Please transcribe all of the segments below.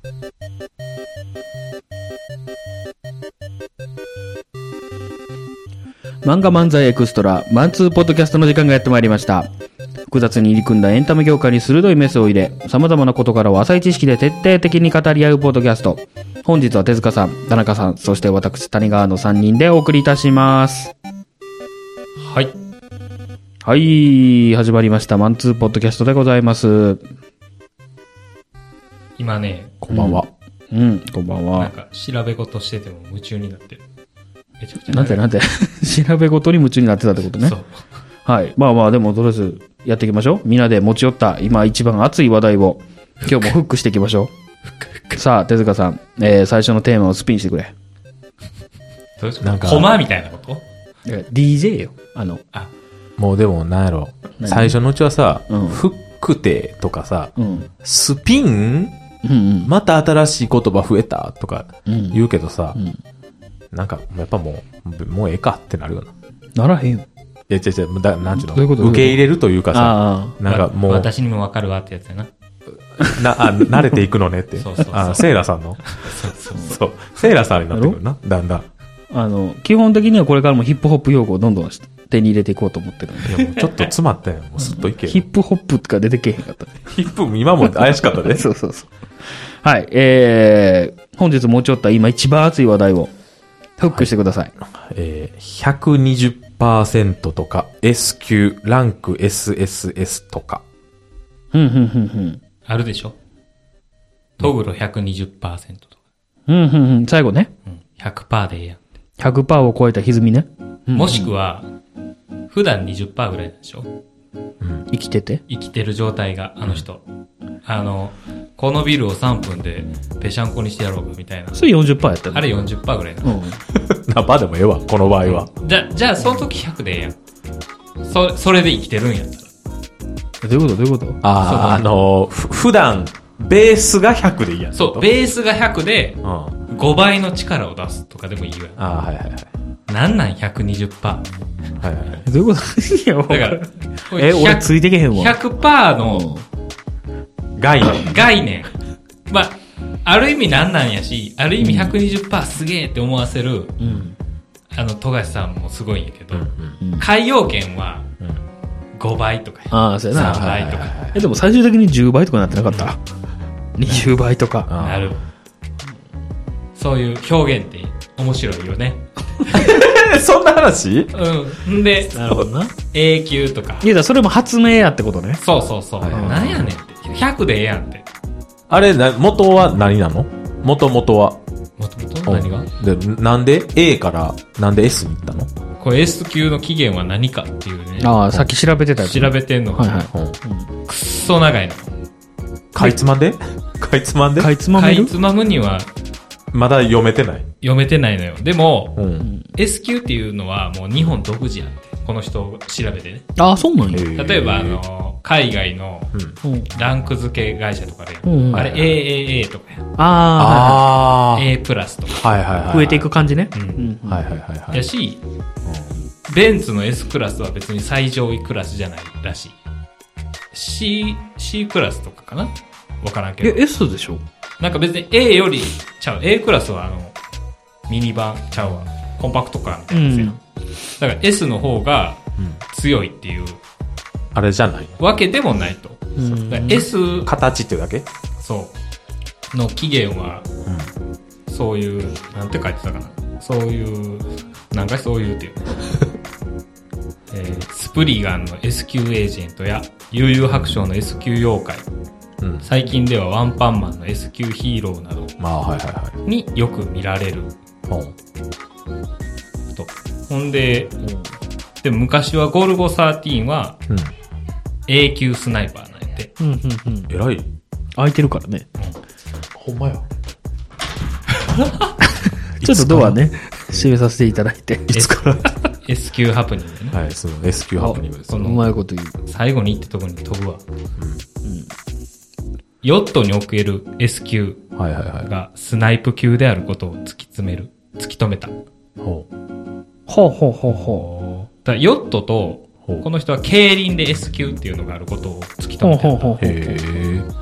漫画漫才エクストラマンツーポッドキャストの時間がやってまいりました。複雑に入り組んだエンタメ業界に鋭いメスを入れ、様々な事柄を浅い知識で徹底的に語り合うポッドキャスト。本日は手塚さん、田中さん、そして私谷川の3人でお送りいたします。 はいはい、始まりましたマンツーポッドキャストでございます。 今ね、 こんばんは。 こんばんは。 なんか調べ事してても夢中になってる。めちゃくちゃなんて調べ事に夢中になってたってことね。 そう。 はい。まあでもとりあえずやっていきましょう。みんなで持ち寄った今一番熱い話題を今日もフックしていきましょう。さあ、手塚さん、最初のテーマをスピンしてくれ。 なんかコマみたいなこと？ DJ よ。 もうでもなんやろ。最初のうちはさ、フックテとかさ、スピン、また新しい言葉増えたとか言うけどさ、なんかやっぱもうええかってなるよな。ならへんよ。 いや違うなんちゅうの、 どういうこと受け入れるというかさ、なんかもう私にもわかるわってやつやな。 慣れていくのねって。 そうセイラさんのそうセイラさんになってくるな、だんだん。 基本的にはこれからもヒップホップ用語をどんどん手に入れていこうと思ってるんで。 いやもうちょっと詰まったよ。もうすっといけよ。 ヒップホップとか出てけへんかったね。 ヒップ今も怪しかったね。 そう。はい、本日持ち寄った今一番熱い話題をフックしてください。 120% とか S 級ランク SSS とか。 あるでしょ。トグロ 120% とか。 最後ね。 100% でええやん。 100% を超えた歪みね。 もしくは、普段 20% ぐらいでしょ。 生きてて生きてる状態が、あの人。このビルを3分でぺしゃんこにしてやろうかみたいな。 それ 40% やったのあれ 40% ぐらいな。 何パーでもええわ、この場合は。 じゃあその時100でええやん。それで生きてるんやったら。 どういうこと普段、ベースが100でいいやん。 そう、ベースが100で、5倍の力を出すとかでもいいわよ。 はいはいはい。 なんなん 120%。 はいはい。 どういうこといや、 だから、 俺ついてけへんわ。 100% の概念。まあ、ある意味なんなんやし、ある意味 120% すげえって思わせる、富樫さんもすごいんやけど、海洋圏は5倍とか、 そうやな。 3倍とか。 でも最終的に10倍とかなってなかった？ 20 倍とか。 なる。そういう表現って面白いよね。 そんな話？ んで、 なるほどな。 永久とか。 いや、それも発明やってことね。 そう。なんやねんって。100でええやんって。 あれ、元は何なの？元々は。 何が？ で、なんで A からなんで S に行ったの？ これ S 級の起源は何かっていうね。 さっき調べてたやつ。 調べてんの。くっそ長いの。 かいつまんでかいつまむには、 まだ読めてないのよ。でも、S 級っていうのはもう日本独自やって。この人を調べてね。 そうなんや。 例えば、海外のランク付け会社とかで、あれ AAA とかや。A プラスとか。 増えていく感じね。 やし、ベンツの S クラスは別に最上位クラスじゃないらしい。C クラスとかかな？わからんけど。 S でしょ？ なんか別に A よりちゃう。A クラスはミニバンちゃうわ。コンパクトカーみたいなやつや。だから S の方が強いっていう。 あれじゃないわけでもないと。S。 形っていうだけ？ そう。の起源は、そういう、なんて書いてたかな。そういう、なんかそういうっていう。スプリガンの S 級エージェントや悠々白書の S 級妖怪、最近ではワンパンマンの S 級ヒーローなどによく見られると。ほんで、でも昔はゴルゴ13は A 級スナイパーなんやって。 偉い。 空いてるからね。 ほんまや。 ちょっとドアね、閉めさせていただいて。 いつから S 級ハプニングね。 はい、その S 級ハプニングです。 うまいこと言う。 最後に行ってとこに飛ぶわ。ヨットに置ける S 級がスナイプ級であることを突き止めた。 ほう。 だからヨットと、この人は競輪で S 級っていうのがあることを突き止めた。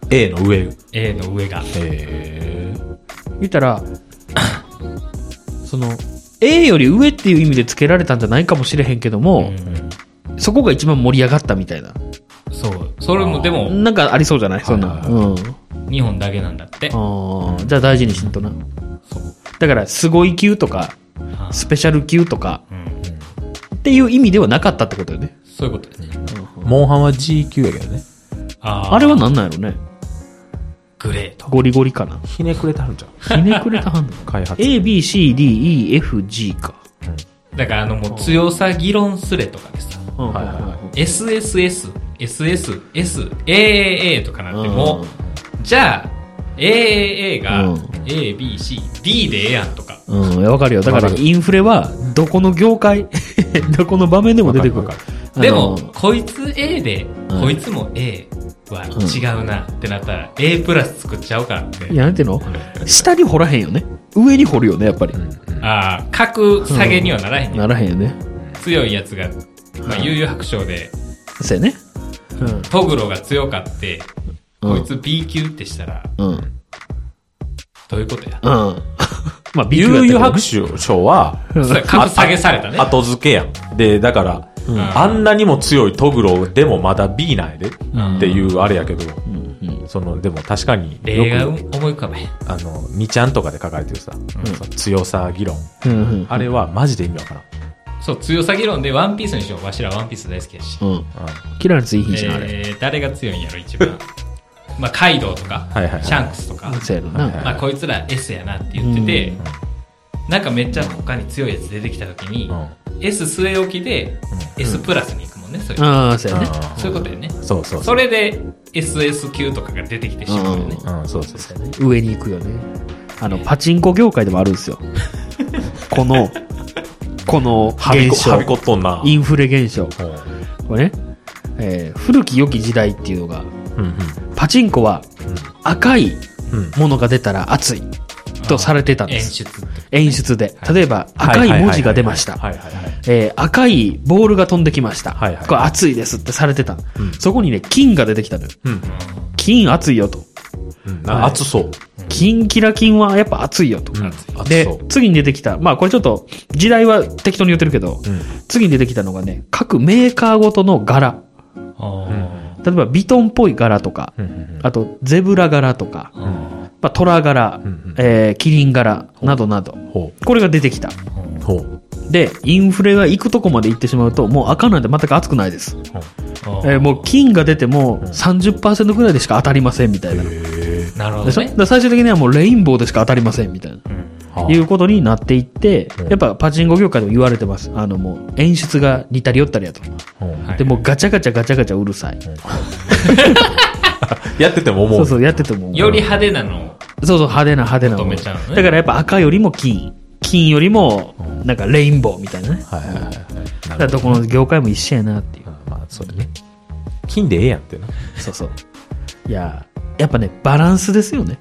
A の上。 A の上が。 見たら、その、A より上っていう意味で付けられたんじゃないかもしれへんけども、そこが一番盛り上がったみたいな。 そう。それもでも、 なんかありそうじゃないそんな。 日本だけなんだって。 じゃあ大事にしんとな。 そう。 だから、すごい級とか、スペシャル級とか、っていう意味ではなかったってことよね。 そういうことですね。 モンハンは G 級やけどね。 あれはなんなんやろね。 グレート。 ゴリゴリかな。 ひねくれたはるんじゃん。 ひねくれたはんの開発。 A, B, C, D, E, F, G か。 だからもう強さ議論すれとかでさ、SSS、SS、S、AAA とかなっても、じゃあ、AAA が A, B, C, D でええやんとか。 わかるよ。だからインフレは、どこの業界、どこの場面でも出てくる。 でも、こいつ A で、こいつも A は違うなってなったら、A プラス作っちゃおうかって。 いや、なんていうの下に掘らへんよね。上に掘るよね、やっぱり。 格下げにはならへんね。 ならへんよね。 強いやつが、悠々白書で、 そうやね。 トグロが強かって、こいつ B 級ってしたら、どういうことや。 まあ、B 級悠々白書は、 格下げされたね。 後付けやん。で、だから、あんなにも強いトグロでもまだ B なんやでっていうあれやけど、でも確かに。 例が思い浮かべへん。 2ちゃんとかで書かれてるさ、強さ議論。あれはマジで意味わからん。 そう、強さ議論でワンピースにしよう。わしらワンピース大好きやし。 キラのついひんしな、あれ。 誰が強いんやろ、一番。まあ、カイドウとか、シャンクスとか。まあ、こいつら S やなって言ってて、なんかめっちゃ他に強いやつ出てきたときに、S 据え置きで S プラスに行くもんね、そういう。 そうやね。 そういうことやね。 そう。 それで SS 級とかが出てきてしまうよね。 そう。 上に行くよね。パチンコ業界でもあるんですよ。この現象。 はびこっとんな。 インフレ現象。これね、古き良き時代っていうのが、パチンコは赤いものが出たら熱いとされてたんです。演出で。例えば赤い文字が出ました。赤いボールが飛んできました。これ熱いですってされてた。そこにね、金が出てきたのよ。金熱いよと。 熱そう。 金キラ金はやっぱ熱いよと。で、次に出てきた。まあこれちょっと時代は適当に言ってるけど、次に出てきたのがね、各メーカーごとの柄。例えばビトンっぽい柄とか、あとゼブラ柄とか、トラ柄、キリン柄などなど、これが出てきた。で、インフレが行くとこまで行ってしまうと、もう赤なんて全く熱くないです。もう金が出ても 30% ぐらいでしか当たりませんみたいな。 なるほどね。 最終的にはもうレインボーでしか当たりませんみたいな。いうことになっていって、やっぱパチンコ業界でも言われてます。もう演出が似たり寄ったりやと。で、もうガチャガチャうるさい。 やってても思う。 そう、やってても思う。 より派手なの。 そう、派手なの。だからやっぱ赤よりも金よりも、なんかレインボーみたいなね。だからどこの業界も一緒やなっていう。 まあ、そうだね。金でええやんってな。 そう。いや、やっぱね、バランスですよね。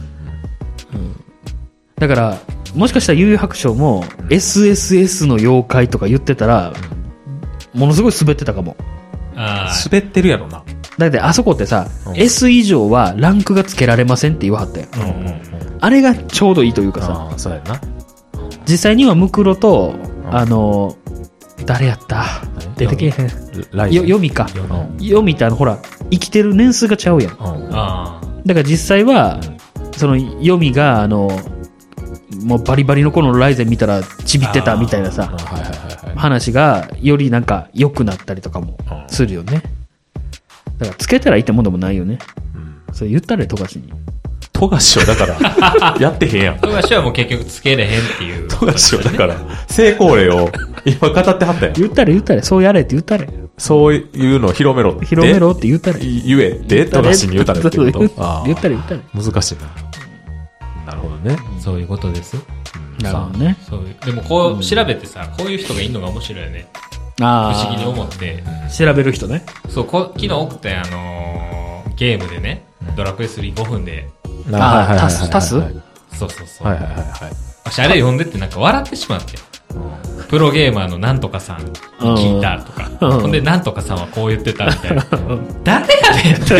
だから、もしかしたら悠々白書も SSS の妖怪とか言ってたら、ものすごい滑ってたかも。 滑ってるやろな。 だってあそこってさ、S 以上はランクがつけられませんって言わはったよ。あれがちょうどいいというかさ。 そうやな。 実際にはムクロと、誰やった出てけえへん。読みか。読みってほら、生きてる年数がちゃうやん。だから実際は、その読みが、もうバリバリの頃のライゼン見たらちびってたみたいなさ、話がよりなんか良くなったりとかもするよね。だからつけたらいいってもんでもないよね。それ言ったら富樫に。 富樫はだから、やってへんやん。 富樫はもう結局つけれへんっていう。 富樫はだから、成功例を今語ってはったやん。 言ったれ、そうやれって言ったれ。 そういうのを広めろって。 広めろって言ったれ。 言えって富樫に言ったれってこと。 言ったれ。 難しいな。なるほどね。 そういうことです。 なるほどね。 でもこう調べてさ、こういう人がいるのが面白いよね。不思議に思って。 調べる人ね。 そう、昨日送ったゲームでね、ドラクエ3 5分で。 タスそう。わしあれ読んでってなんか笑ってしまって。 プロゲーマーのなんとかさんに聞いたとか、ほんでなんとかさんはこう言ってたみたいな。誰やねんって。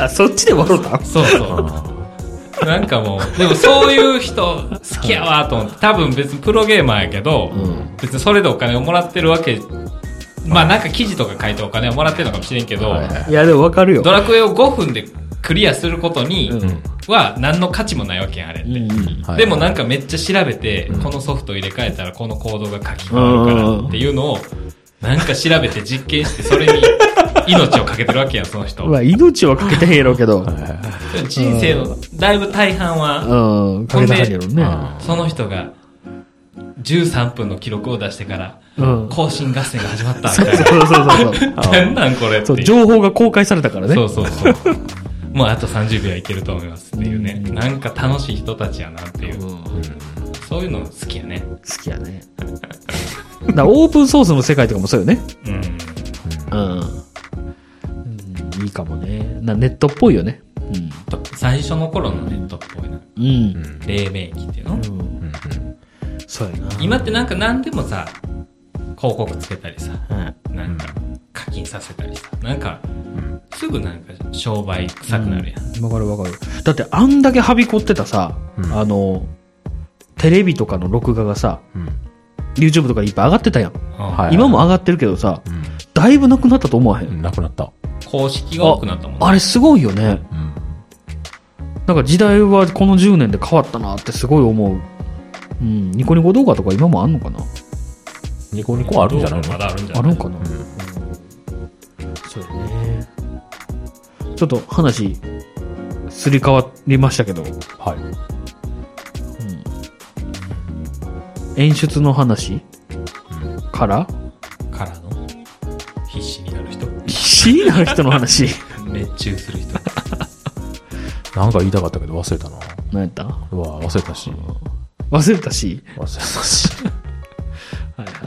あ、そっちで笑った？ そうそう。なんかもう、でもそういう人好きやわと思って、多分別にプロゲーマーやけど、別にそれでお金をもらってるわけ、まあなんか記事とか書いてお金をもらってるのかもしれんけど、 いやでもわかるよ。 ドラクエを5分でクリアすることには何の価値もないわけやん、あれって。でもなんかめっちゃ調べて、このソフト入れ替えたらこのコードが書き換わるからっていうのを、なんか調べて実験して、それに命をかけてるわけやん、その人。 まあ命はかけてへんやろうけど。 人生のだいぶ大半は、 かけてへんやろね。 その人が13分の記録を出してから、更新合戦が始まったみたいな。 そう。 なんなんこれって。 そう、情報が公開されたからね。 そう。もうあと30秒はいけると思いますっていうね。なんか楽しい人たちやなっていう。そういうの好きやね。 好きやね。だからオープンソースの世界とかもそうよね。いいかもね。ネットっぽいよね。 最初の頃のネットっぽいな。黎明期っていうの？ そうやな。 今ってなんか何でもさ、広告つけたりさ、なんか課金させたりさ、なんか、すぐなんか商売臭くなるやん。 わかる。だってあんだけはびこってたさ、テレビとかの録画がさ、YouTube とかいっぱい上がってたやん。今も上がってるけどさ、だいぶなくなったと思わへん？ なくなった。 公式が多くなったもんね。 あれすごいよね。なんか時代はこの10年で変わったなってすごい思う。ニコニコ動画とか今もあんのかな？ ニコニコあるんじゃないの？ まだあるんじゃない？ あるんかな？そうよね。ちょっと話、すり替わりましたけど。 はい。 演出の話からの必死になる人。 必死になる人の話。 熱中する人。 なんか言いたかったけど忘れたな。 何やった？ うわ、忘れたし。 はいはい。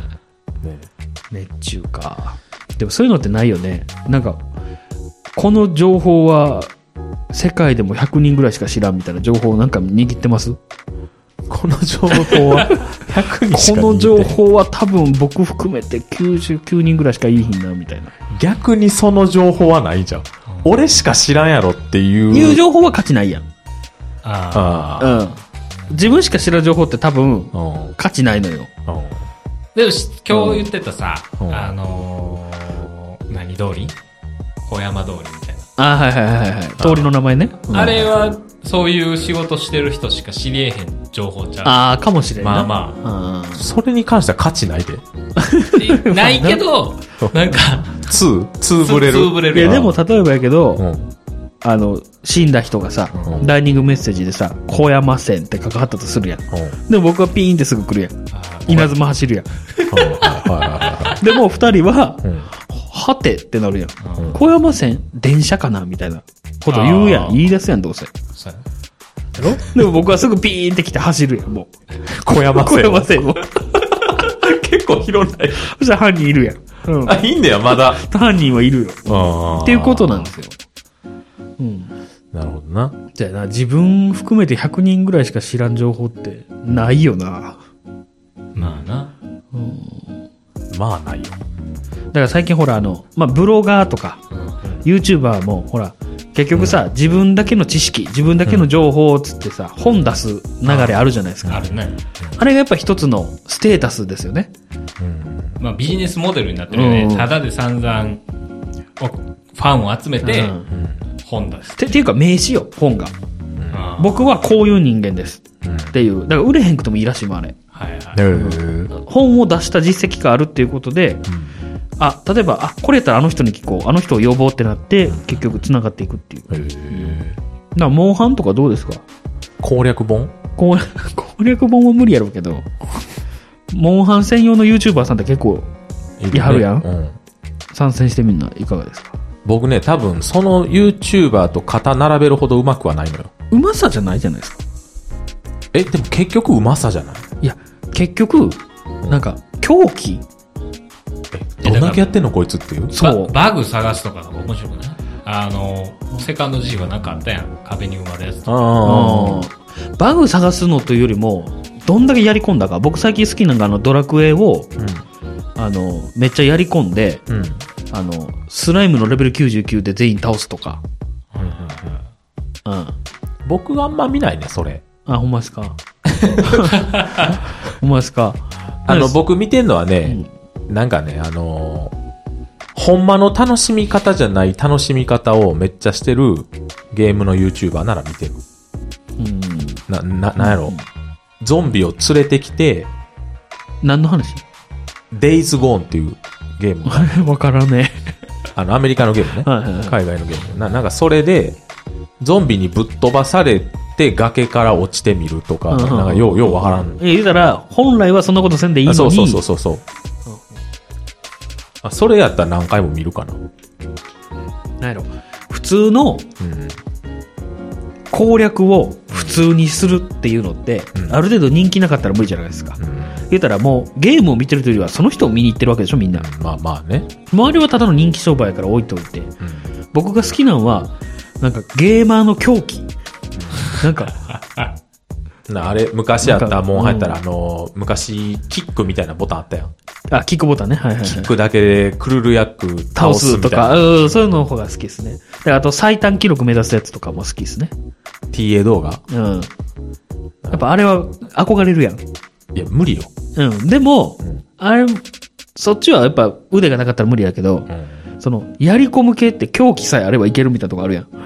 ね、熱中か。でもそういうのってないよね。なんか、この情報は世界でも100人ぐらいしか知らんみたいな情報をなんか握ってます？ この情報は100人しかこの情報は多分僕含めて99人ぐらいしか言いひんなみたいな。 逆にその情報はないじゃん。俺しか知らんやろっていう情報は価値ないやん。自分しか知らん情報って多分価値ないのよ。 でも今日言ってたさ、何通り？小山通りみたいな。 はい。通りの名前ね。 あれはそういう仕事してる人しか知りえへん情報ちゃう。 かもしれんな。 まあ。 それに関しては価値ないで。 ないけど、なんか、 潰れる。 いや、でも例えばやけど、死んだ人がさ、ダイニングメッセージでさ、小山線って書かはったとするやん。でも僕はピーンってすぐ来るやん。稲妻走るやん。でも二人は、はてってなるやん。小山線電車かなみたいなこと言うやん。言い出すやん、どうせ。でも僕はすぐピーンって来て走るやん、もう。 小山線も。 結構広ない。 そしたら犯人いるやん。 いいんだよ、まだ。 犯人はいるよ。っていうことなんですよ。 なるほどな。 じゃあな、自分含めて100人ぐらいしか知らん情報ってないよな。 まあな。 まあないよ。 だから最近ほらブロガーとか、YouTuber もほら、結局さ、自分だけの知識、自分だけの情報をつってさ、本出す流れあるじゃないですか。 あるね。 あれがやっぱ一つのステータスですよね。 まあビジネスモデルになってるよね。ただで散々、ファンを集めて、本出す。 っていうか名刺よ、本が。僕はこういう人間です。っていう。だから売れへんくてもいいらしいもん、あれ。本を出した実績があるっていうことで、例えば、これやったらあの人に聞こう、あの人を呼ぼうってなって、結局繋がっていくっていう。だからモンハンとかどうですか？ 攻略本は無理やろうけど、モンハン専用の YouTuber さんって結構いはるやん。参戦してみんないかがですか？ 僕ね、多分その YouTuber と肩並べるほど上手くはないのよ。 うまさじゃないじゃないですか。 でも結局うまさじゃない？ いや、結局、なんか、狂気？ どんだけやってんのこいつっていう？ そう。バグ探すとかが面白くない？セカンド G はなんかあったやん。壁に埋まるやつ。 バグ探すのというよりも、 どんだけやり込んだか。僕最近好きなのがドラクエを、めっちゃやり込んで、スライムのレベル99で全員倒すとか。 僕はあんま見ないね、それ。 あ、ほんまですか。ほんまですか。 僕見てんのはね、なんかね、ほんまの楽しみ方じゃない楽しみ方をめっちゃしてるゲームの YouTuber なら見てる。なんやろ。ゾンビを連れてきて、 何の話？ Days Gone っていうゲームが。 わからねアメリカのゲームね。海外のゲーム。なんかそれで、ゾンビにぶっ飛ばされて崖から落ちてみるとか、なんかようわからん。 言うたら、本来はそんなことせんでいいのに。 そう。それやったら何回も見るかな。 なんやろ。普通の攻略を普通にするっていうのって、ある程度人気なかったら無理じゃないですか。言うたらもうゲームを見てるというよりはその人を見に行ってるわけでしょ、みんな。 まあね。 周りはただの人気商売やから置いといて。僕が好きなのは、なんかゲーマーの狂気。なんか。 あれ、昔やったもん入ったら、昔、キックみたいなボタンあったやん。 あ、キックボタンね。はい。 キックだけでクルルヤック倒すとか。 そういうの方が好きですね。で、あと最短記録目指すやつとかも好きですね。 TA 動画？ やっぱあれは憧れるやん。 いや、無理よ。 でも、あれ、そっちはやっぱ腕がなかったら無理やけど、やり込む系って狂気さえあればいけるみたいなとこあるやん。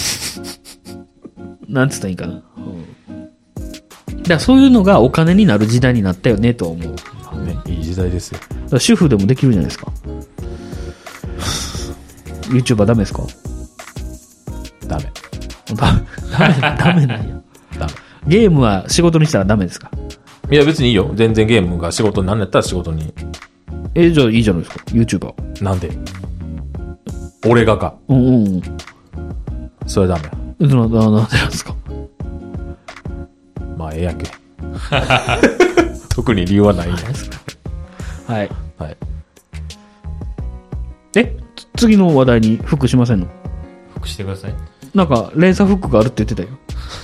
なんつったらいいかな。だからそういうのがお金になる時代になったよねと思う。 いい時代ですよ。 だから主婦でもできるじゃないですか。YouTuber ダメですか？ ダメ。 ダメなんや。 ダメ。 ゲームは仕事にしたらダメですか？ いや別にいいよ。全然ゲームが仕事になんやったら仕事に。 じゃあいいじゃないですか。YouTuber。 なんで？俺がか。それはダメや。 なんでなんですか？ まあ、やけ。特に理由はないんですか。 はい。次の話題にフックしませんの？ フックしてください。 なんか、連鎖フックがあるって言ってたよ。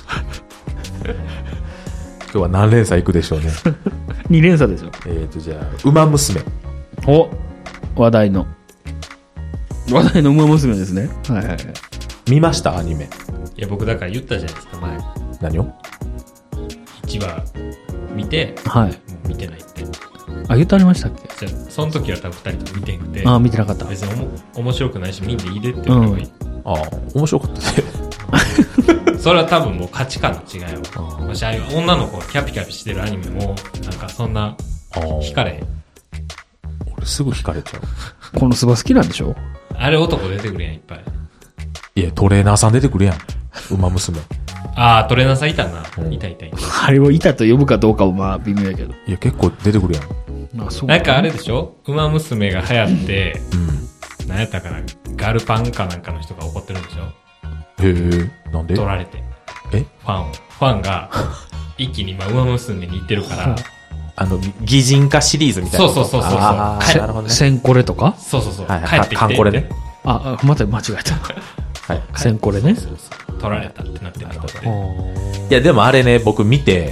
今日は何連鎖行くでしょうね。 2連鎖ですよ。 じゃあ、ウマ娘。 話題のウマ娘ですね。 見ましたアニメ。 いや、僕だから言ったじゃないですか、前。 何を ？1話見て、もう見てないって。 あ、言ってありましたっけ？ じゃあその時は多分2人とも見てんくて。 見てなかった。 別に面白くないし見んでいいでって言うのがいい。 面白かったね。 それは多分もう価値観の違いを。もし女の子がキャピキャピしてるアニメも、なんかそんな、惹かれへん。 俺すぐ惹かれちゃう。 このスバ好きなんでしょ？ あれ男出てくるやん、いっぱい。 いや、トレーナーさん出てくるやん。ウマ娘。 トレーナーさんいたな。いた。 あれをいたと呼ぶかどうかは微妙やけど。 いや、結構出てくるやん。 そうなんかあれでしょ？ウマ娘が流行って、何やったかな？ガルパンかなんかの人が怒ってるんでしょ？ へえ、なんで？ 取られて。ファンが、一気に今、ウマ娘に行ってるから。 擬人化シリーズみたいな。 そう。 なるほどね。 センコレとか？ そう。 帰ってきて。カンコレね。 また間違えた。センコレね。 取られたってなってる。 いや、でもあれね、僕見て、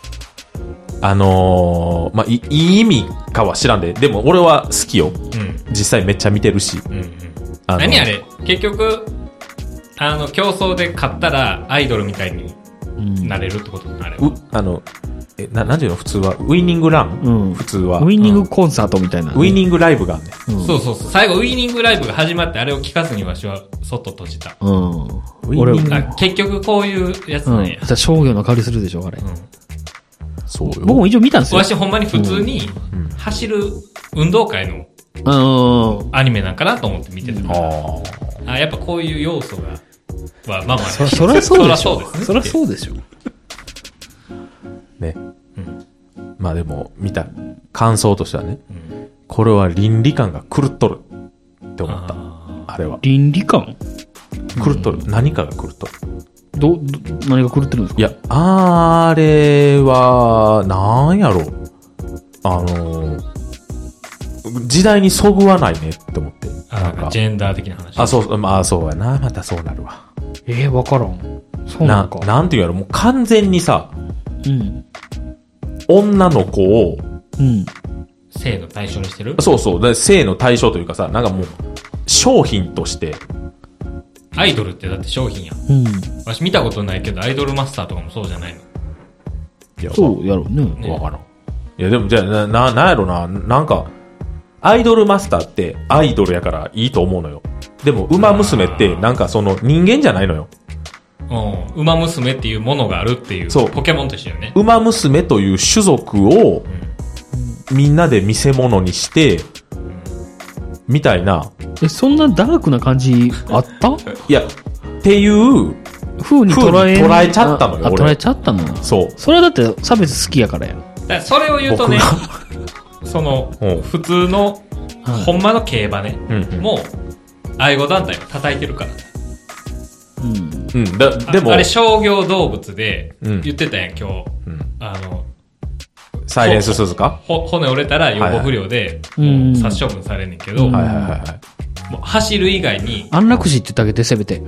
いい意味かは知らんで、でも俺は好きよ。実際めっちゃ見てるし。 何あれ？結局、競争で勝ったらアイドルみたいになれるってことあれは。 なんていうの普通はウィニングラン、普通はウィニングコンサートみたいな、 ウィニングライブがあんね、 そう最後ウィニングライブが始まってあれを聞かずにわしは外閉じた。 俺結局こういうやつなんや。 商業の香りするでしょあれ。 そうよ。 僕も一応見たんですよ。 わしほんまに普通に走る運動会のアニメなんかなと思って見てたから。やっぱこういう要素がまあそりゃそうでしょ。そりゃそうでしょ。 ね。まあでも、見た感想としてはね、これは倫理観が狂っとるって思った。あれは。 倫理観？ 狂っとる。何かが狂っとる。 何が狂ってるんですか？ いや、あれは、なんやろ。時代にそぐわないねって思って。 なんかジェンダー的な話。 そうやな。またそうなるわ。 わからん。そうなんか。 なんていうやろ、もう完全にさ、 女の子を、 性の対象にしてる？ そうそう。で性の対象というかさ、なんかもう、商品として。 アイドルってだって商品やん。私見たことないけど、アイドルマスターとかもそうじゃないの？ いやそうやろうね。 わからん。いや、でもじゃあ、なんやろな、なんか、アイドルマスターってアイドルやからいいと思うのよ。でも、馬娘ってなんかその人間じゃないのよ。 馬娘っていうものがあるっていう。そう。ポケモンと一緒よね。 馬娘という種族を、みんなで見せ物にして、みたいな。 そんなダークな感じあった？ いや、っていう風に捉えちゃったのよ。 捉えちゃったのよ。 そう。 それはだって差別好きやからや。 だそれを言うとね、その、普通の、ほんまの競馬ね、もう、愛護団体を叩いてるからね。でも、あれ商業動物で、言ってたやん、今日。 サイレンス鈴鹿？ 骨折れたら予防不良で、殺処分されんねんけど、もう走る以外に。 安楽死って言ってあげて、せめて。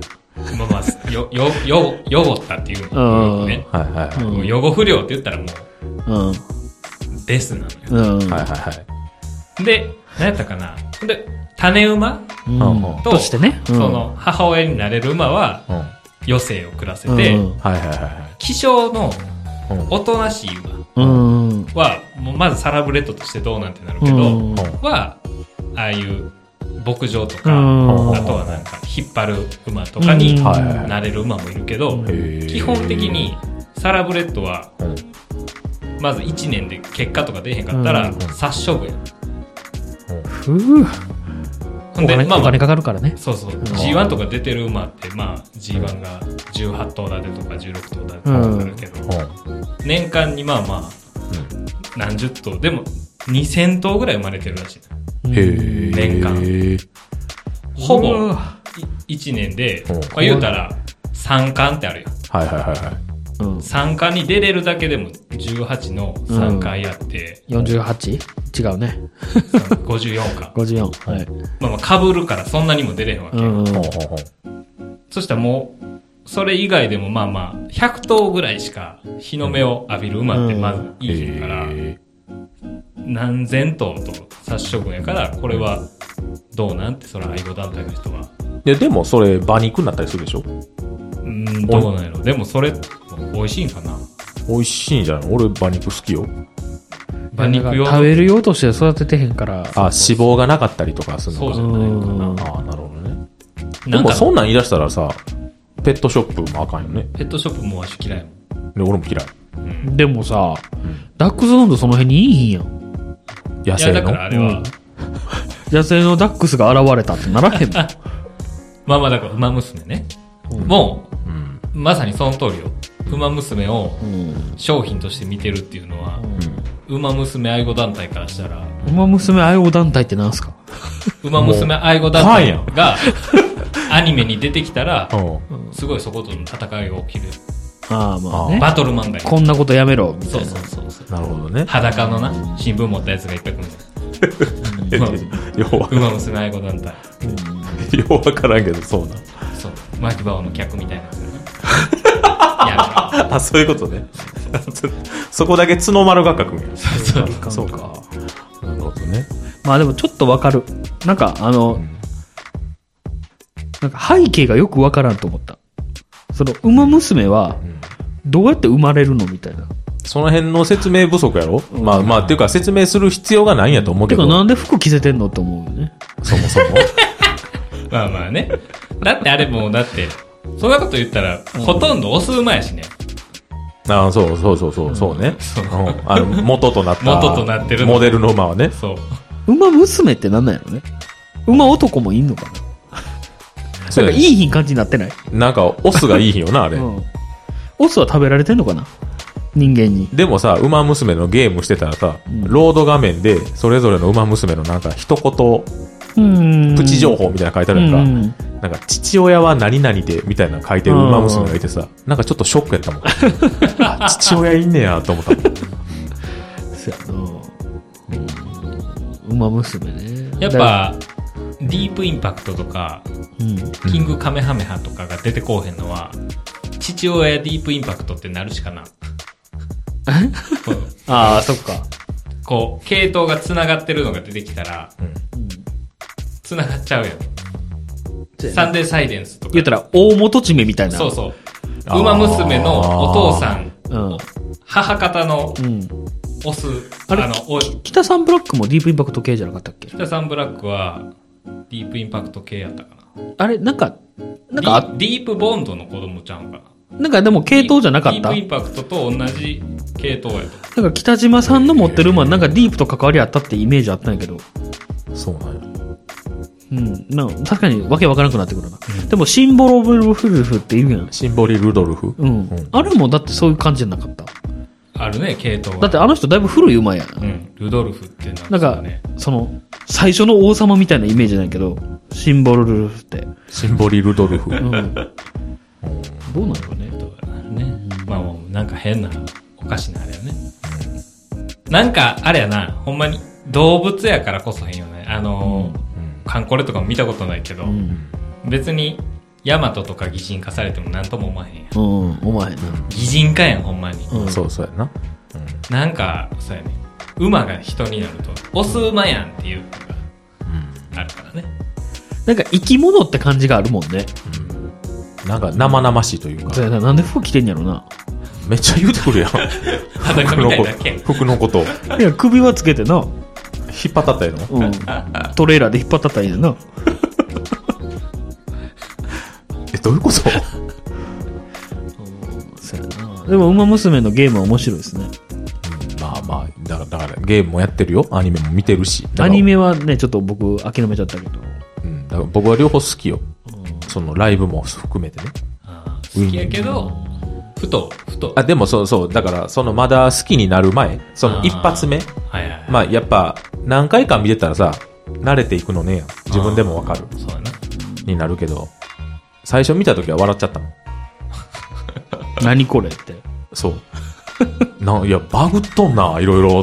よごったっていうのね。予防不良って言ったらもう、ですなのよ。で、何やったかな。で、種馬としてね、 その母親になれる馬は余生を暮らせて、希少のおとなしい馬はもうまずサラブレッドとしてどうなんてなるけど、はああいう牧場とか、あとはなんか引っ張る馬とかになれる馬もいるけど、基本的にサラブレッドはまず1年で結果とか出へんかったら殺処分や。 お金かかるからね。 そうそう。G1 とか出てる馬って、まあ G1 が18頭立てとか16頭立てとかあるけど、年間にまあまあ、何十頭、でも2000頭ぐらい生まれてるらしい。年間。ほぼ1年で、まあ言うたら3冠ってあるよ。3冠に出れるだけでも18の3回やって、 48？ 違うね。 54か。 54。はい。 まあ被るからそんなにも出れへんわけ。そしたらもう、それ以外でもまあまあ、100頭ぐらいしか日の目を浴びる馬ってまずいいへんから、何千頭と殺処分やから、これはどうなんて、それ愛護団体の人は。 いや、でもそれ馬肉になったりするでしょ？ どうなんやろ。でもそれ、美味しいんかな？ 美味しいんじゃない？俺馬肉好きよ。 馬肉用食べる用として育ててへんから。 脂肪がなかったりとかするのか。 そうじゃないかな。 なるほどね。でもそんなん言い出したらさ、ペットショップもあかんよね。 ペットショップもわし嫌いもん。 で、俺も嫌い。 でもさ、ダックスフンドその辺にいいひんやん。 野生の。 いや、だからあれは、 野生のダックスが現れたってならへんもん。 まあまあ、だから、馬娘ね。もう、まさにその通りよ。馬娘を商品として見てるっていうのは、馬娘愛護団体からしたら。 馬娘愛護団体ってなんすか？ 馬娘愛護団体がアニメに出てきたら、すごいそことの戦いが起きる。 ああ、まあね。 バトル漫画。 こんなことやめろ、みたいな。 そう。 なるほどね。 裸のな、新聞持ったやつがいっぱい来るの。馬娘愛護団体。 ようわからんけど、そうな。 そう。マキバオの客みたいなやつがね。 あ、そういうことね。そこだけ角丸が書くんや。 そうか。 なるほどね。 まあでもちょっとわかる。なんかなんか背景がよくわからんと思った。その馬娘はどうやって生まれるのみたいな。 その辺の説明不足やろ？まあっていうか説明する必要がないんやと思うけど。 てかなんで服着せてんのって思うよね。 そもそも。 まあまあね。だってあれもだって、そんなこと言ったら、ほとんどオス馬やしね。 ああ、そうね。元となってるモデルの馬はね。 そう。 馬娘ってなんなんやろね。馬男もいんのかな。なんかいい品感じになってない？ なんかオスがいい品よな、あれ。 オスは食べられてんのかな、人間に。 でもさ、馬娘のゲームしてたらさ、ロード画面でそれぞれの馬娘のなんか一言、プチ情報みたいなの書いてあるやんか。なんか父親は何々でみたいなの書いてる馬娘がいてさ、なんかちょっとショックやったもん。あ、父親いんねやと思ったもん。 そうやな。馬娘ね。 やっぱディープインパクトとか、キングカメハメハとかが出てこうへんのは、父親やディープインパクトってなるしかな。 ああ、そっか。 こう、系統が繋がってるのが出てきたら、繋がっちゃうやん。サンデーサイレンスとか。 言ったら、大元締めみたいな。 そうそう。馬娘のお父さん、母方のオス、 北サンブラックもディープインパクト系じゃなかったっけ？ 北サンブラックは、ディープインパクト系やったかな。 あれ、なんか、 ディープボンドの子供ちゃうんかな。 なんかでも系統じゃなかった？ ディープインパクトと同じ系統やと。 なんか北島さんの持ってる馬なんかディープと関わりあったってイメージあったんやけど。 そうなんや。 確かにわけわからなくなってくるな。でもシンボルルフルフって言うやん。 シンボリルドルフ？ あれもだってそういう感じじゃなかった？ あるね、系統が。 だってあの人だいぶ古い馬やん。 ルドルフってなんか、最初の王様みたいなイメージなんやけど、シンボルルフって。 シンボリルドルフ。 どうなのかね。 まあもうなんか変な、おかしなあれよね。なんか、あれやな、ほんまに動物やからこそ変よね。カンコレとかも見たことないけど、別に、ヤマトとか擬人化されてもなんとも思わへんやん。 思わへんな。 擬人化やん、ほんまに。 そうやな。 なんか、そうやね。馬が人になると、オス馬やんっていうのが、あるからね。 なんか生き物って感じがあるもんね。 なんか生々しいというか。 なんで服着てんやろな。 めっちゃ言うてくるやん。 裸みたいだけ。 服のこと。 いや、首はつけてな。 引っ張ったったやの？ トレーラーで引っ張ったったらいいな。 どういうこと？ そうやな。でも、馬娘のゲームは面白いですね。 まあ、だからゲームもやってるよ。アニメも見てるし。 アニメはね、ちょっと僕諦めちゃったけど。 だから僕は両方好きよ。そのライブも含めてね。 好きやけど、ふと。 でもそう、だから、まだ好きになる前、その一発目。まあ、やっぱ、何回か見てたらさ、慣れていくのね、自分でもわかる。 そうやな。 になるけど、最初見たときは笑っちゃったもん。 何これって。 そう。いや、バグっとんな、いろいろって。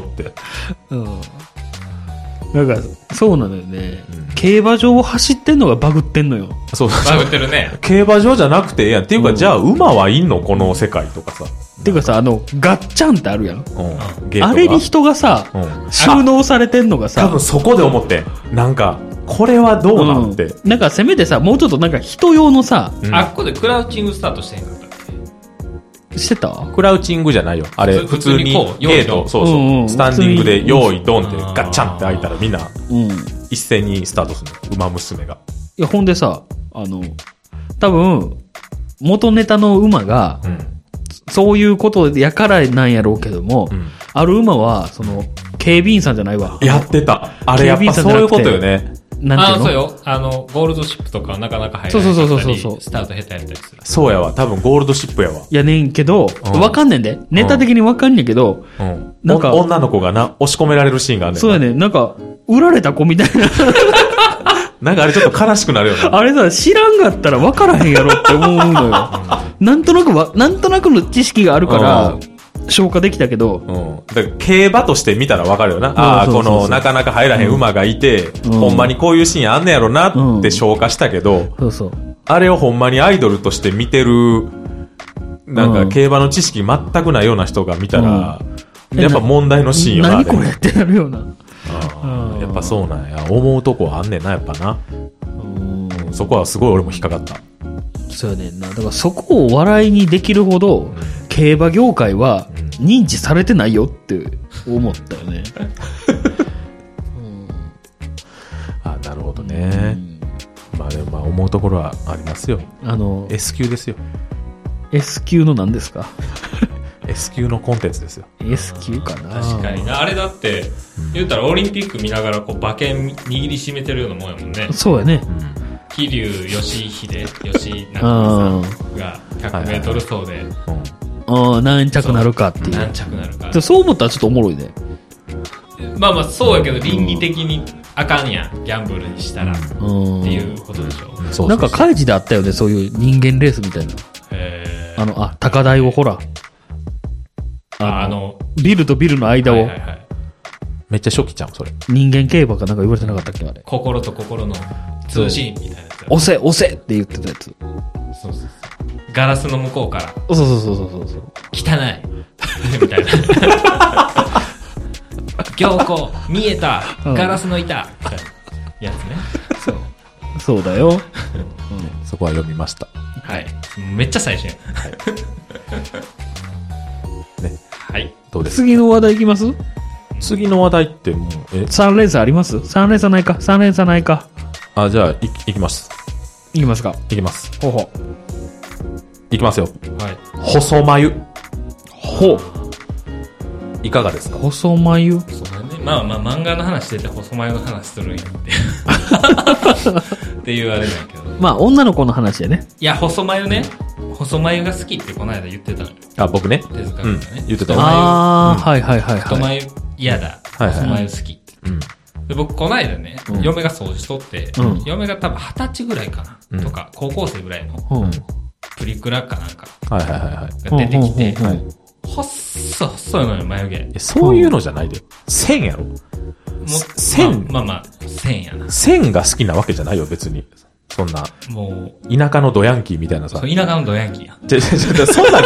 なんか、そうなのよね。競馬場を走ってんのがバグってんのよ。 そう。 バグってるね。 競馬場じゃなくてええやん。っていうか、じゃあ、馬はいんのこの世界とかさ。 っていうかさ、ガッチャンってあるやん。あれに人がさ、収納されてんのがさ。 多分そこで思ってん。なんか、これはどうなんって。 なんかせめてさ、もうちょっとなんか人用のさ。 あっこでクラウチングスタートしてんかったっけ？してた？ クラウチングじゃないよ。あれ、普通にゲート、そう。スタンディングで用意ドンってガッチャンって開いたらみんな、一斉にスタートするの。馬娘が。 いや、ほんでさ、多分、元ネタの馬が、そういうことやからなんやろうけども、ある馬は、警備員さんじゃないわ。 やってた。あれやっぱそういうことよね。 なんていうの？ そうよ。ゴールドシップとかはなかなか入らない。 そう。 スタート下手やったりする。 そうやわ。多分ゴールドシップやわ。 やねんけど、わかんねんで。ネタ的にわかんねんけど、 なんか、女の子が押し込められるシーンがあるねん。 そうやねん。なんか、売られた子みたいな。 なんかあれちょっと悲しくなるよね。 あれさ、知らんかったらわからへんやろって思うのよ。なんとなくの知識があるから、消化できたけど。 だから競馬として見たらわかるよな。ああ、このなかなか入らへん馬がいて、ほんまにこういうシーンあんねやろなって消化したけど、あれをほんまにアイドルとして見てる、なんか競馬の知識全くないような人が見たら、やっぱ問題のシーンよな。 何これってなるような。 やっぱそうなんや。思うとこあんねんな、やっぱな。そこはすごい俺も引っかかった。 そうやねんな。だからそこを笑いにできるほど、競馬業界は認知されてないよって思ったよね。 なるほどね。まあでも思うところはありますよ。S 級ですよ。 S 級の何ですか？ S 級のコンテンツですよ。 S 級かな。 確かにな。あれだって、言うたらオリンピック見ながら馬券握りしめてるようなもんやもんね。 そうやね。 桐生吉中さんが100メートル走で、 何着なるかっていう。 何着なるか。 そう思ったらちょっとおもろいね。 まあそうやけど、倫理的にあかんやん。ギャンブルにしたら。っていうことでしょ。 なんか開示であったよね、そういう人間レースみたいな。高台をほら。ビルとビルの間を。 めっちゃ初期ちゃん、それ。 人間競馬かなんか言われてなかったっけ、あれ。 心と心の通信みたいなやつ。 押せって言ってたやつ。 そう。ガラスの向こうから。 そう。 汚い。 みたいな。行幸、見えた、ガラスの板、みたいなやつね。そう。 そうだよ。 そこは読みました。 はい。めっちゃ最初や。はい。 ね。 はい。 どうですか？次の話題いきます？ 次の話題ってもう、 3連鎖あります？ 3 連鎖ないか？ 3連鎖ないか？ あ、じゃあ、いきます。 いきますか？ いきます。 ほうほう。 いきますよ。 はい。 細眉。 ほう。 いかがですか？ 細眉。 そうね。まあまあ漫画の話してて細眉の話するんやっていうあれだけど。 まあ女の子の話やね。 いや、細眉ね。細眉が好きってこの間言ってたのよ。 あ、僕ね。 手塚君がね。 言ってたよ。 ああ、はいはいはい。 太眉嫌だ。細眉好きって。で僕この間ね、嫁が掃除しとって、嫁が多分20歳ぐらいかな、とか高校生ぐらいのプリクラかなんかが出てきて、細いのよ眉毛。 そういうのじゃないで。線やろ。線。 まあ線やな。 線が好きなわけじゃないよ別に。そんな。もう田舎のドヤンキーみたいなさ。 田舎のドヤンキーや。 そんなん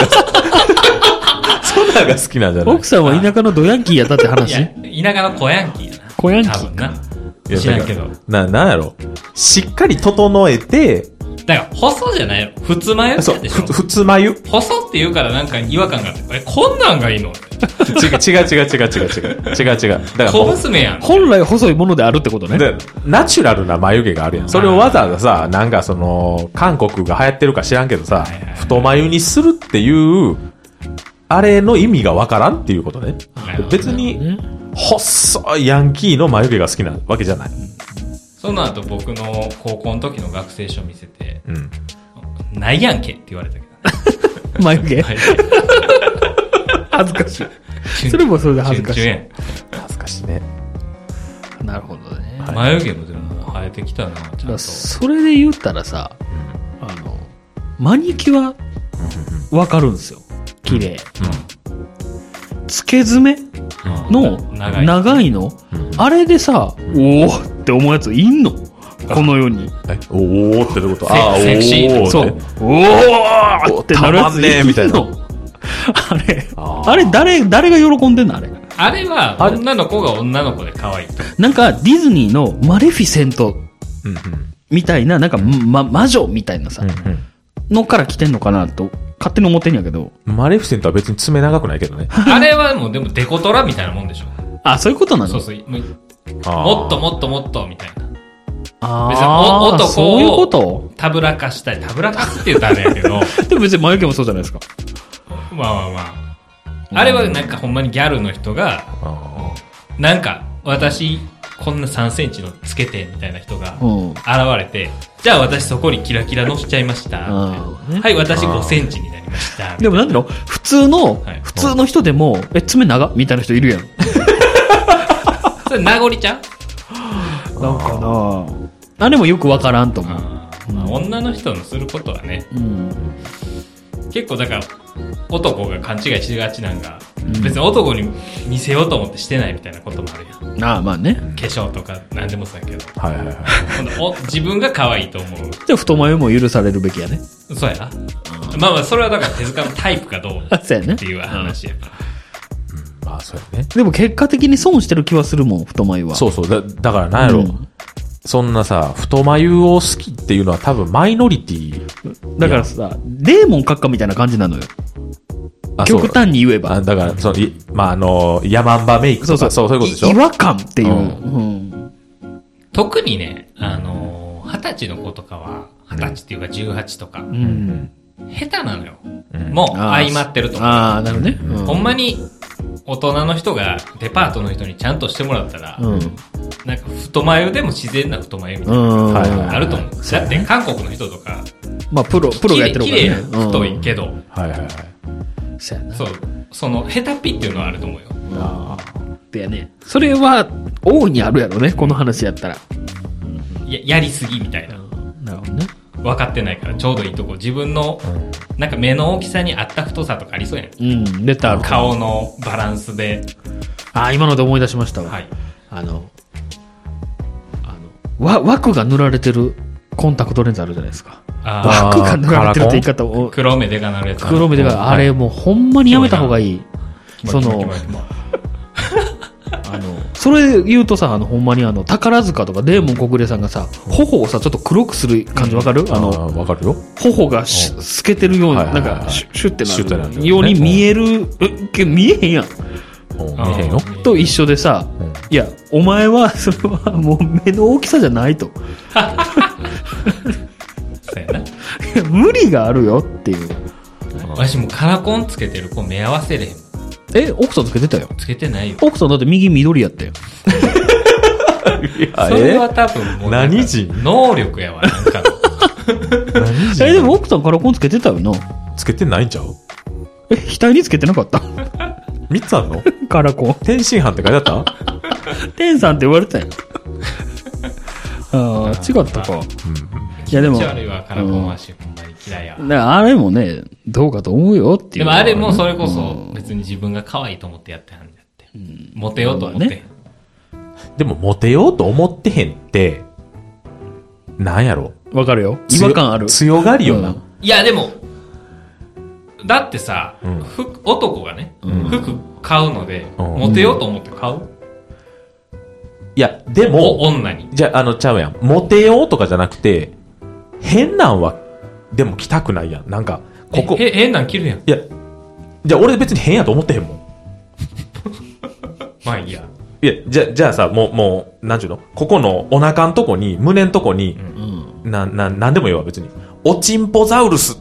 が好きなんじゃない？ 奥さんは田舎のドヤンキーやったって話？ いや、田舎の小ヤンキーやな。 小ヤンキー。 多分な。知らんけど。 なんやろ。しっかり整えて、 だから、細じゃないよ。普通眉ってでしょ。 普通眉。 細って言うからなんか違和感があって、こんなんがいいの？違う。 だから小娘やん。 本来細いものであるってことね。 ナチュラルな眉毛があるやん。それをわざわざさ、なんかその、韓国が流行ってるか知らんけどさ、太眉にするっていう、あれの意味がわからんっていうことね。別に、細いヤンキーの眉毛が好きなわけじゃない。 その後僕の高校の時の学生証見せて、ないやんけって言われたけど。眉毛恥ずかしい。それもそれで恥ずかしい。 恥ずかしいね。 なるほどね。 眉毛もでも生えてきたな、ちゃんと。 それで言ったらさ、マニキュア、わかるんですよ。綺麗。付け爪の長いの、あれでさ、おーって思うやついんの？この世に。 おーってどういうこと？ セクシー。 そう。おーってなるやついんの？みたいな。あれ誰が喜んでんのあれ。 あれは女の子が女の子で可愛い。 なんかディズニーのマレフィセントみたいな、なんか魔女みたいなさ、のから来てんのかなと。勝手に思ってんやけど。 マレフィセントは別に爪長くないけどね。 あれはもうでもデコトラみたいなもんでしょ。 あ、そういうことなの？ そう。もっともっともっとみたいな。 別に男をたぶらかしたり、たぶらかすって言うとあれやけど。 でも別に眉毛もそうじゃないですか。 まあ。あれはなんかほんまにギャルの人が、なんか私、こんな3センチのつけてみたいな人が現れて、じゃあ私そこにキラキラ乗せちゃいました。はい、私5センチになりました。 でもなんだろう、普通の人でも、爪長みたいな人いるやん。 それ名残ちゃう？ なんかなあれもよくわからんと思う。 女の人のすることはね、結構だから男が勘違いしがちなんが、別に男に見せようと思ってしてないみたいなこともあるやん。 ああ、まあね。 化粧とか何でもそうやけど。自分が可愛いと思う。 じゃあ太眉も許されるべきやね。 そうやな。まあそれはだから手塚のタイプかどうっていう話やから。 まあそうやね。 でも結果的に損してる気はするもん、太眉は。 そう。だからなんやろ。そんなさ、太眉を好きっていうのは多分マイノリティ。 だからさ、デーモン閣下みたいな感じなのよ。極端に言えば。 だから、ヤマンバメイクとか、そういうことでしょ？ 違和感っていう。 特にね、20歳の子とかは、20歳っていうか18とか、下手なのよ。もう相まってると思う。 ああ、なるね。 ほんまに、大人の人がデパートの人にちゃんとしてもらったら、なんか太眉でも自然な太眉みたいなのがあると思う。だって韓国の人とか、 まあプロがやってるからね。 綺麗太いけど、 そう、 その下手っぴっていうのはあると思うよ。 でやね。それは大いにあるやろね、この話やったら。 やりすぎみたいな。 なるほどね。 分かってないからちょうどいいとこ、自分のなんか目の大きさに合った太さとかありそうやん。 出た。 顔のバランスで。 今ので思い出しましたわ。 はい。 枠が塗られてるコンタクトレンズあるじゃないですか。枠が塗られてるって言い方を。 黒目でがなるやつ。 黒目でが、あれもうほんまにやめた方がいい。 その、それ言うとさ、ほんまに宝塚とかデーモン小暮さんがさ、頬をさ、ちょっと黒くする感じわかる？ わかるよ。 頬が透けてるように、なんか、シュッてなるように見える、見えへんやん。 見えへんよ。 と一緒でさ、いや、お前は、それはもう目の大きさじゃないと。 そうやな。 無理があるよっていう。 わしもカラコンつけてる子目合わせれへん。 奥さんつけてたよ。 つけてないよ。 奥さんだって右緑やったよ。 それは多分もう何人能力やわ、なんか何人でも奥さんカラコンつけてたよな。 つけてないんちゃう？ 額につけてなかった？ 3 つあんの？ カラコン。 天津飯って書いてあった？ 天さんって言われてたよ。ああ、違ったか。いやでも。 気持ち悪いわ、カラコンはし、ほんまに嫌いやわ。 だからあれもね、どうかと思うよっていう。 でもあれもそれこそ別に自分が可愛いと思ってやってはんだって。モテようと思って。 でもモテようと思ってへんって、なんやろ？ わかるよ。違和感ある。 強がりよな。 いやでも、だってさ、男がね、服買うので、モテようと思って買う？ いや、でも、 女に。 じゃあ、ちゃうやん。モテようとかじゃなくて、変なんは、でも着たくないやん。なんか、ここ。 変なん着るやん。 いや、じゃあ俺別に変やと思ってへんもん。 まあいいや。 いや、じゃあさ、もう、なんちゅうの？ここのお腹のとこに、胸のとこに、なんでもいいわ、別に。おちんぽザウルスって、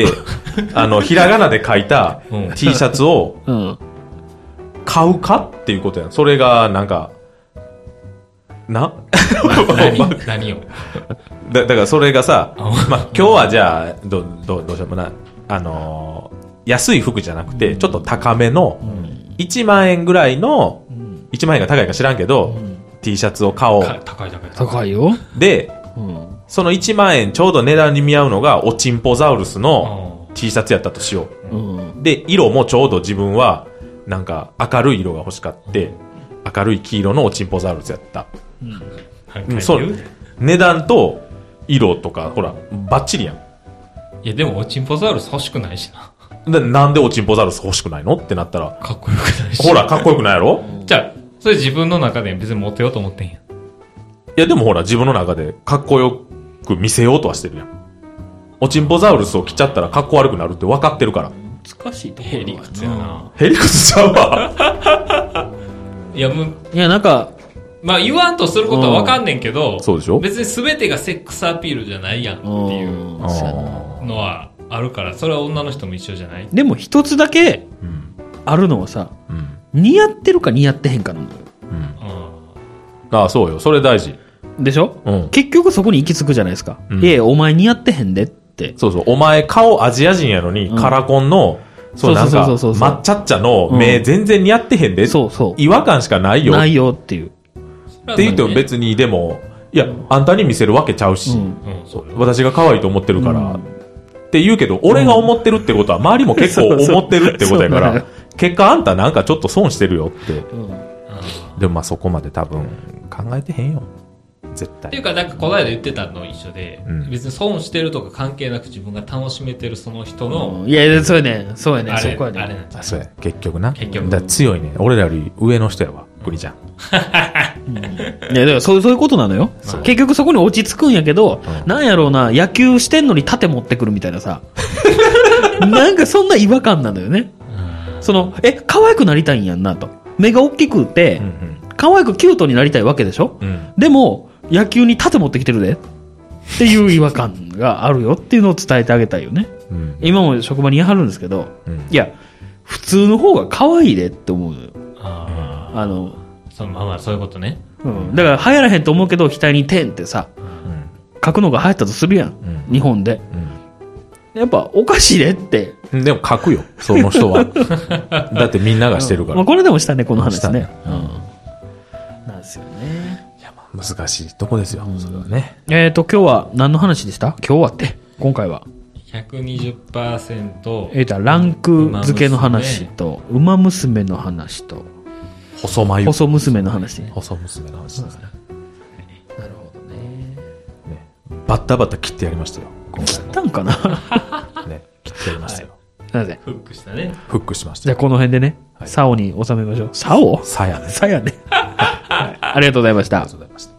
ひらがなで書いた T シャツを、買うかっていうことやん。それが、なんか、 何よ。 だからそれがさ、まあ、今日はじゃあ、どうしようもな、安い服じゃなくて、ちょっと高めの、1万円ぐらいの、1万円が高いか知らんけど、T シャツを買おう。 高いよ。 で、その1万円ちょうど値段に見合うのが、おちんぽザウルスの T シャツやったとしよう。で、色もちょうど自分は、なんか明るい色が欲しかって、明るい黄色のおちんぽザウルスやった。そう値段と色とかほらバッチリやん。 いやでもおちんぽザウルス欲しくないしな。 なんでおちんぽザウルス欲しくないのってなったらかっこよくないし。 ほらかっこよくないやろ。 じゃあそれ自分の中で別にモテようと思ってんやん。いやでもほら自分の中でかっこよく見せようとはしてるやん。おちんぽザウルスを着ちゃったらかっこ悪くなるって分かってるから。 難しいところ。 へりくつやな。 へりくつちゃうわ。 いやなんかまあ言わんとすることはわかんねんけど、 そうでしょ？ 別に全てがセックスアピールじゃないやんっていうのはあるから、それは女の人も一緒じゃない？ でも一つだけあるのはさ、似合ってるか似合ってへんかなのよ。 ああ、そうよ。それ大事。 でしょ？結局そこに行き着くじゃないですか。お前似合ってへんでって。 そうそう。お前顔アジア人やのに、カラコンの、そうなんか、抹茶っちゃの目全然似合ってへんで。違和感しかないよ。 ないよっていう。 って言っても別にでも、いや、あんたに見せるわけちゃうし、私が可愛いと思ってるから、って言うけど、俺が思ってるってことは周りも結構思ってるってことやから、結果あんたなんかちょっと損してるよって。でもまあそこまで多分考えてへんよ。絶対。 っていうか、なんかこの間言ってたの一緒で、別に損してるとか関係なく自分が楽しめてるその人の、 いや、そうやね。そうやね。そこはね。 あれなんそうや。結局な。 結局。 だから強いね。俺らより上の人やわ。グリちゃん。 いや、だからそういうことなのよ。結局そこに落ち着くんやけど、なんやろうな、野球してんのに盾持ってくるみたいなさ。なんかそんな違和感なのよね。可愛くなりたいんやんなと。目が大きくて、可愛くキュートになりたいわけでしょ？でも、野球に盾持ってきてるでっていう違和感があるよっていうのを伝えてあげたいよね。今も職場に言いはるんですけど、いや、普通の方が可愛いでって思うのよ。 まあそういうことね。 だから流行らへんと思うけど、額に点ってさ、書くのが流行ったとするやん。日本で。やっぱおかしいでって。 でも書くよ、その人は。だってみんながしてるから。 これでもしたね、この話ね。なんですよね。 いや、難しいとこですよ、それはね。 今日は何の話でした？今日はって。今回は。 120%。 ランク付けの話と、ウマ娘の話と、 細娘の話。 細娘の話ですね。 なるほどね。 バッタバタ切ってやりましたよ。 切ったんかな？ ね、切ってやりましたよ。 なぜ？ フックしたね。 フックしました。 じゃあこの辺でね、 サオに収めましょう。サオさやね。 さやね。はい。ありがとうございました。 ありがとうございました。